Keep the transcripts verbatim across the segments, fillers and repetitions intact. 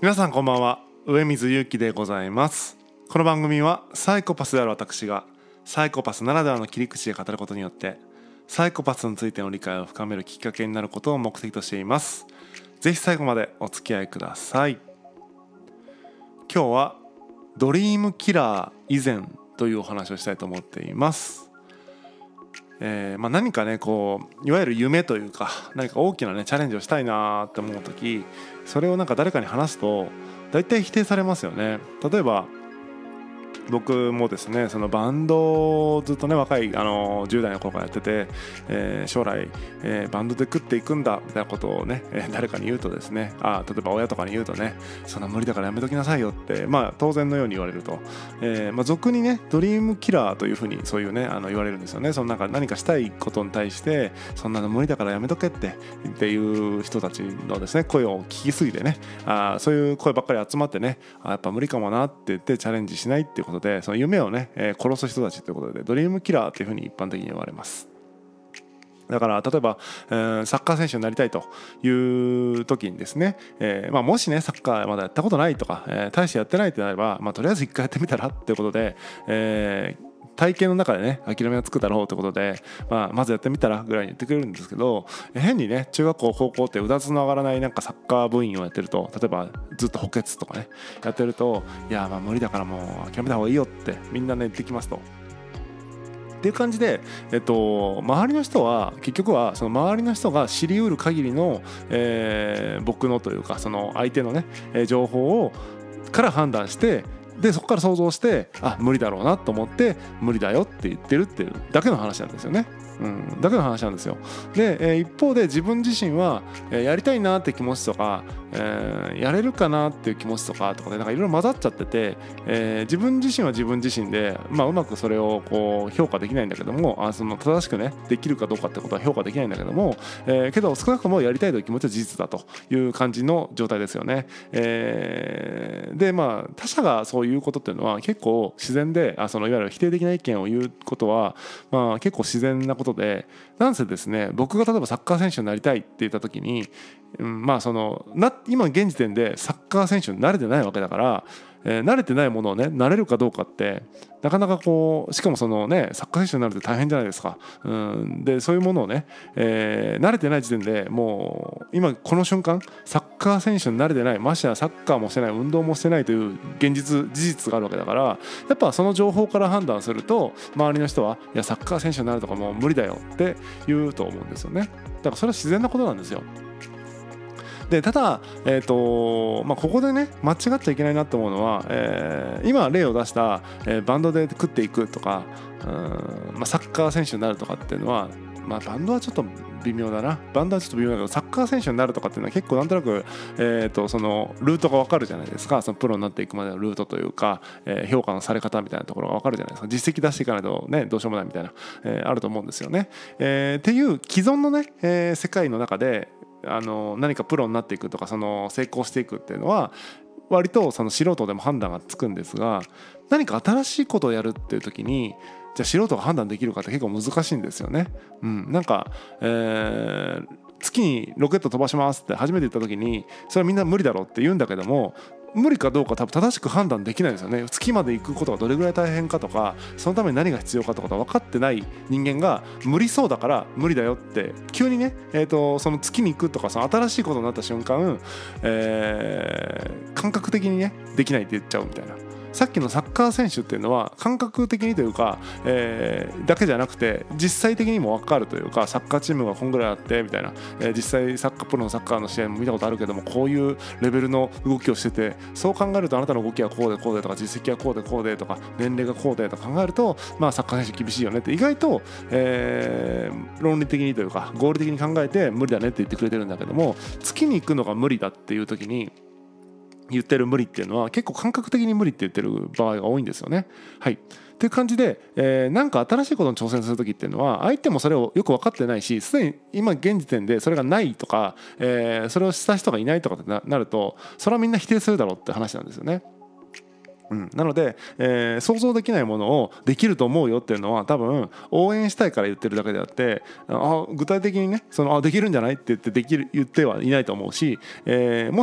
皆さんこんばんは、上水祐樹でございます。この番組はサイコパスである私がサイコパスならではの切り口で語ることによってサイコパスについての理解を深めるきっかけになることを目的としています。ぜひ最後までお付き合いください。今日はドリームキラー以前というお話をしたいと思っています。えーまあ、何かねこういわゆる夢というか何か大きなねチャレンジをしたいなって思うとき、それをなんか誰かに話すと大体否定されますよね。例えば僕もですね、そのバンドをずっとね若いあのじゅう代の頃からやってて、えー、将来、えー、バンドで食っていくんだみたいなことをね、えー、誰かに言うとですね、あ例えば親とかに言うとね、そんな無理だからやめときなさいよってまあ当然のように言われると、えーまあ、俗にねドリームキラーというふうにそういうねあの言われるんですよね。そのなんか何かしたいことに対してそんなの無理だからやめとけってっていう人たちのですね声を聞きすぎてね、あそういう声ばっかり集まってね、あやっぱ無理かもなって言ってチャレンジしないっていうことで、その夢をね、えー、殺す人たちということでドリームキラーというふうに一般的に言われます。だから例えば、えー、サッカー選手になりたいという時にですね、えーまあ、もしねサッカーまだやったことないとか、えー、大してやってないってなれば、まあ、とりあえず一回やってみたらっていうことで、えー体験の中でね諦めがつくだろうということで、まあ、まずやってみたらぐらいに言ってくれるんですけど、変にね中学校高校ってうだつの上がらないなんかサッカー部員をやってると、例えばずっと補欠とかねやってると、いやまあ無理だからもう諦めた方がいいよってみんなね言ってきますと。っていう感じで、えっと、周りの人は結局はその周りの人が知り得る限りの、えー、僕のというかその相手のね情報をから判断して、でそこから想像してあ無理だろうなと思って無理だよって言ってるっていうだけの話なんですよね。うん、だけの話なんですよ。で、えー、一方で自分自身は、えー、やりたいなって気持ちとか、えー、やれるかなっていう気持ちとかとかでなんかいろいろ混ざっちゃってて、えー、自分自身は自分自身で、まあ、うまくそれをこう評価できないんだけども、あその正しくねできるかどうかってことは評価できないんだけども、えー、けど少なくともやりたいという気持ちは事実だという感じの状態ですよね。えー、でまあ他者がそういうことっていうのは結構自然で、あそのいわゆる否定的な意見を言うことは、まあ、結構自然なことで、なんせですね僕が例えばサッカー選手になりたいって言った時に、うん、まあそのな今現時点でサッカー選手に慣れてないわけだから、えー、慣れてないものをね慣れるかどうかってなかなかこう、しかもそのねサッカー選手になるって大変じゃないですか。うんでそういうものをね、えー、慣れてない時点でもう今この瞬間サッカー選手に慣れてない、ましてやサッカーもしてない運動もしてないという現実事実があるわけだから、やっぱその情報から判断すると周りの人はいやサッカー選手になるとかもう無理だよって言うと思うんですよね。だからそれは自然なことなんですよ。でただ、えーとまあ、ここでね間違っちゃいけないなと思うのは、えー、今例を出した、えー、バンドで食っていくとか、うん、まあ、サッカー選手になるとかっていうのは、まあ、バンドはちょっと微妙だなバンドはちょっと微妙だけど、サッカー選手になるとかっていうのは結構なんとなく、えー、とそのルートが分かるじゃないですか。そのプロになっていくまでのルートというか、えー、評価のされ方みたいなところが分かるじゃないですか。実績出していかないとねどうしようもないみたいな、えー、あると思うんですよね。えー、っていう既存のね、えー、世界の中であの何かプロになっていくとかその成功していくっていうのは割とその素人でも判断がつくんですが、何か新しいことをやるっていう時にじゃあ素人が判断できるかって結構難しいんですよね。うん、なんか、えー、月にロケット飛ばしますって初めて言った時にそれはみんな無理だろうって言うんだけども、無理かどうか多分正しく判断できないですよね。月まで行くことがどれぐらい大変かとかそのために何が必要かとか分かってない人間が無理そうだから無理だよって急にね、えーと、その月に行くとかその新しいことになった瞬間、えー、感覚的にねできないって言っちゃうみたいな。さっきのサッカー選手っていうのは感覚的にというか、えー、だけじゃなくて実際的にも分かるというか、サッカーチームがこんぐらいあってみたいな、えー、実際サッカープロのサッカーの試合も見たことあるけどもこういうレベルの動きをしてて、そう考えるとあなたの動きはこうでこうでとか実績はこうでこうでとか年齢がこうでとか考えると、まあサッカー選手厳しいよねって意外と、えー、論理的にというか合理的に考えて無理だねって言ってくれてるんだけども、月に行くのが無理だっていう時に言ってる無理っていうのは結構感覚的に無理って言ってる場合が多いんですよね。はい。っていう感じで、えー、なんか新しいことに挑戦する時っていうのは相手もそれをよく分かってないし、すでに今現時点でそれがないとか、えー、それをした人がいないとかって な, なるとそれはみんな否定するだろうって話なんですよね。うん、なので、えー、想像できないものをできると思うよっていうのは多分応援したいから言ってるだけであって、あ具体的にねそのあできるんじゃないって言ってできる言ってはいないと思うし、えー、もし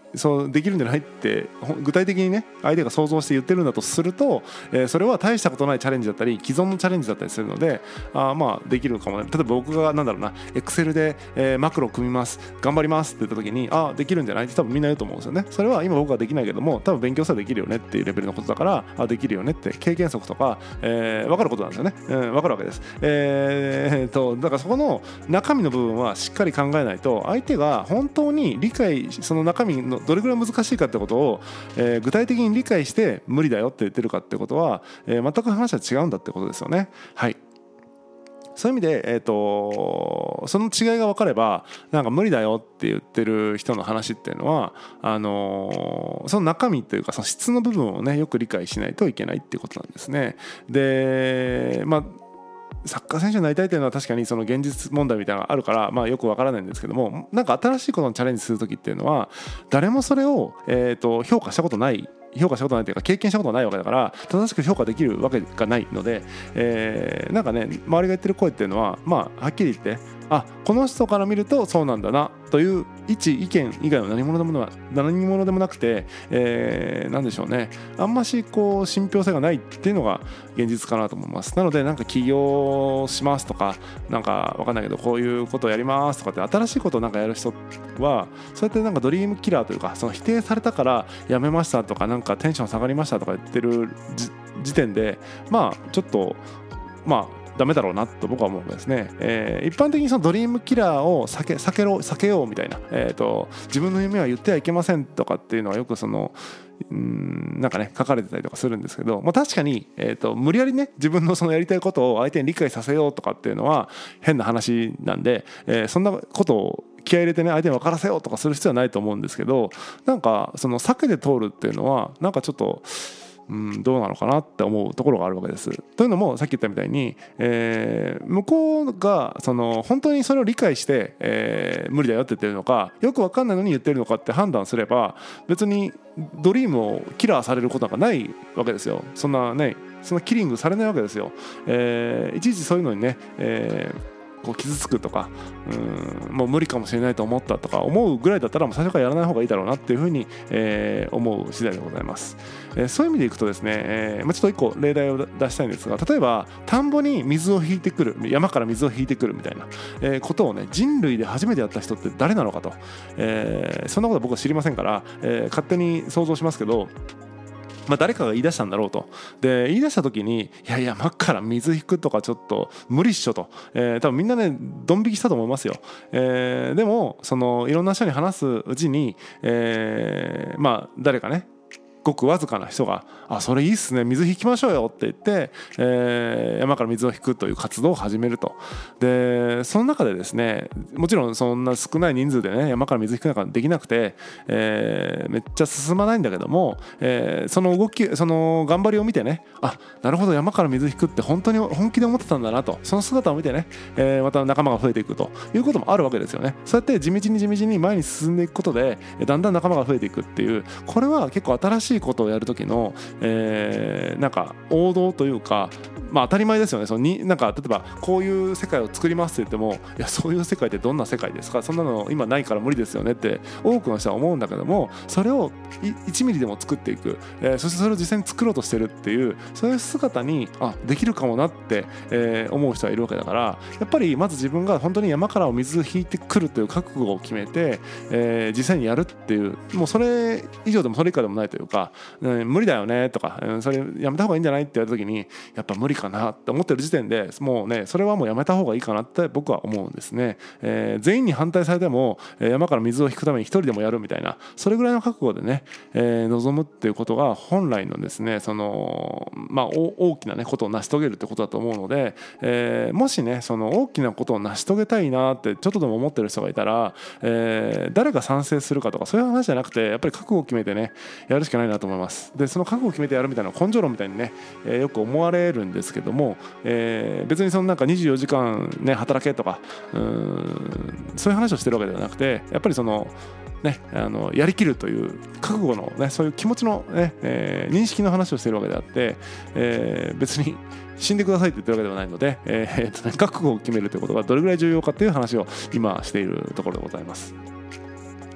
そうできるんじゃないって具体的にね相手が想像して言ってるんだとすると、えー、それは大したことないチャレンジだったり既存のチャレンジだったりするので、あまあできるかもね。例えば僕がなんだろうな Excel で、えー、マクロを組みます頑張りますって言った時にあできるんじゃないって多分みんな言うと思うんですよね。それは今僕はできないけども多分勉強したらできるよねっていうレベルのことだからあできるよねって経験則とか、えー、分かることなんですよね、うん、分かるわけです。えー、とだからそこの中身の部分はしっかり考えないと相手が本当に理解その中身のどれぐらい難しいかってことを、えー、具体的に理解して無理だよって言ってるかってことは、えー、全く話は違うんだってことですよね。はい。そういう意味で、えーと、その違いが分かればなんか無理だよって言ってる人の話っていうのはあのー、その中身というかその質の部分をねよく理解しないといけないっていうことなんですね。でまあサッカー選手になりたいというのは確かにその現実問題みたいなのがあるから、まあ、よくわからないんですけどもなんか新しいことにチャレンジする時っていうのは誰もそれを、えーと評価したことない評価したことないというか経験したことがないわけだから正しく評価できるわけがないので、えー、なんかね周りが言ってる声っていうのはまあはっきり言ってあこの人から見るとそうなんだなという一意見以外は何者でもな何者でもなくて、えー、なんでしょうねあんましこう信憑性がないっていうのが現実かなと思います。なのでなんか起業しますとかなんかわかんないけどこういうことをやりますとかって新しいことをなんかやる人はそうやってなんかドリームキラーというかその否定されたからやめましたとかなんかテンション下がりましたとか言ってる時点でまあちょっとまあダメだろうなと僕は思うんですね。えー、一般的にそのドリームキラーを避け、避けろ、避けようみたいな、えーと、自分の夢は言ってはいけませんとかっていうのはよくそのうんなんかね書かれてたりとかするんですけど、まあ、確かに、えーと、無理やりね自分のそのやりたいことを相手に理解させようとかっていうのは変な話なんで、えー、そんなことを気合い入れてね相手に分からせようとかする必要はないと思うんですけどなんかその避けて通るっていうのはなんかちょっとうん、どうなのかなって思うところがあるわけです。というのもさっき言ったみたいに、えー、向こうがその本当にそれを理解して、えー、無理だよって言ってるのかよく分かんないのに言ってるのかって判断すれば別にドリームをキラーされることなんかないわけですよ。そんなねそんなキリングされないわけですよ。えー、いちいちそういうのにね、えーこう傷つくとかうんもう無理かもしれないと思ったとか思うぐらいだったらもう最初からやらない方がいいだろうなっていうふうに、えー、思う次第でございます。えー、そういう意味でいくとですね、えーまあ、ちょっと一個例題を出したいんですが例えば田んぼに水を引いてくる山から水を引いてくるみたいな、えー、ことをね人類で初めてやった人って誰なのかと、えー、そんなことは僕は知りませんから、えー、勝手に想像しますけどまあ、誰かが言い出したんだろうと。で言い出した時にいやいや真っから水引くとかちょっと無理っしょと、えー、多分みんなねドン引きしたと思いますよ。えー、でもそのいろんな人に話すうちに、えー、まあ誰かねごくわずかな人があそれいいっすね水引きましょうよって言って、えー、山から水を引くという活動を始めると。でその中でですねもちろんそんな少ない人数でね山から水引くなんかできなくて、えー、めっちゃ進まないんだけども、えー、その動きその頑張りを見てねあなるほど山から水引くって本当に本気で思ってたんだなとその姿を見てね、えー、また仲間が増えていくということもあるわけですよね。そうやって地道に地道に前に進んでいくことでだんだん仲間が増えていくっていうこれは結構新しいことをやる時の、えー、なんか王道というかまあ当たり前ですよね。そのになんか例えばこういう世界を作りますって言ってもいやそういう世界ってどんな世界ですかそんなの今ないから無理ですよねって多くの人は思うんだけどもそれをいちミリでも作っていく、えー、そしてそれを実際に作ろうとしてるっていうそういう姿にあできるかもなって、えー、思う人はいるわけだからやっぱりまず自分が本当に山からお水を引いてくるという覚悟を決めて、えー、実際にやるっていうもうそれ以上でもそれ以下でもないというか、うん、無理だよねとか、うん、それやめた方がいいんじゃないって言われた時にやっぱ無理かなって思ってる時点でもうねそれはもうやめた方がいいかなって僕は思うんですね。えー、全員に反対されても山から水を引くために一人でもやるみたいなそれぐらいの覚悟でね、えー、臨むっていうことが本来のですねそのまあ大きなねことを成し遂げるってことだと思うので、えー、もしねその大きなことを成し遂げたいなってちょっとでも思ってる人がいたら、えー、誰が賛成するかとかそういう話じゃなくてやっぱり覚悟を決めてねやるしかないなと思います。でその覚悟を決めてやるみたいな根性論みたいにね、えー、よく思われるんですけども、えー、別にそのなんかにじゅうよじかんね働けとかうーんそういう話をしてるわけではなくてやっぱりそのね、あのやりきるという覚悟の、ね、そういう気持ちの、ねえー、認識の話をしているわけであって、えー、別に死んでくださいって言ってるわけではないので、えーえーとね、覚悟を決めるということがどれぐらい重要かという話を今しているところでございます。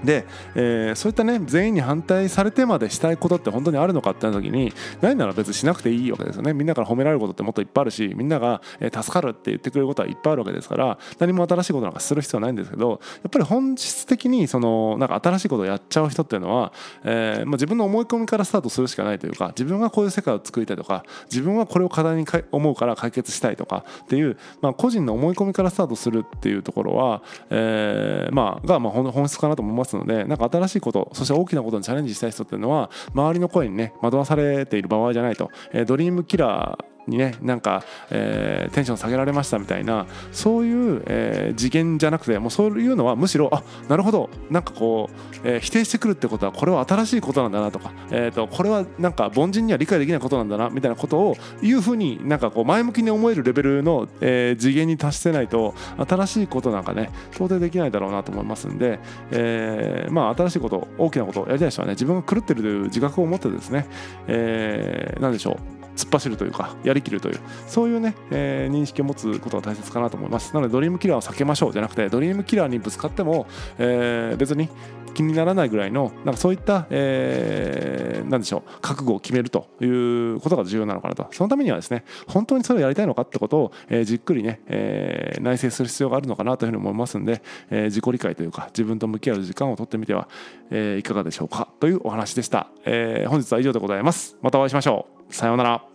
で、えー、そういったね全員に反対されてまでしたいことって本当にあるのかってなった時に、ないなら別にしなくていいわけですよね。みんなから褒められることってもっといっぱいあるし、みんなが、えー、助かるって言ってくれることはいっぱいあるわけですから、何も新しいことなんかする必要はないんですけど、やっぱり本質的にそのなんか新しいことをやっちゃう人っていうのは、えーまあ、自分の思い込みからスタートするしかないというか、自分がこういう世界を作りたいとか、自分はこれを課題に思うから解決したいとかっていう、まあ、個人の思い込みからスタートするっていうところは、えー、まあがまあ本質かなと思いますので、なんか新しいこと、そして大きなことにチャレンジしたい人っていうのは周りの声にね惑わされている場合じゃないと、えー、ドリームキラーにねなんか、えー、テンション下げられましたみたいな、そういう、えー、次元じゃなくて、もうそういうのはむしろ、あ、なるほど、なんかこう、えー、否定してくるってことはこれは新しいことなんだなとか、えーと、これはなんか凡人には理解できないことなんだなみたいなことをいうふうに、なんかこう前向きに思えるレベルの、えー、次元に達してないと新しいことなんかね到底できないだろうなと思いますんで、えー、まあ新しいこと、大きなことをやりたい人はね、自分が狂ってるという自覚を持ってですね、えー、なんでしょう、突っ走るというかやりきるという、そういうね、えー、認識を持つことが大切かなと思います。なのでドリームキラーを避けましょうじゃなくて、ドリームキラーにぶつかっても、えー、別に気にならないぐらいの、なんかそういった、えー、なんでしょう、覚悟を決めるということが重要なのかなと。そのためにはですね、本当にそれをやりたいのかってことを、えー、じっくりね、えー、内省する必要があるのかなというふうに思いますんで、えー、自己理解というか自分と向き合う時間を取ってみては、えー、いかがでしょうかというお話でした。えー、本日は以上でございます。またお会いしましょう。さようなら。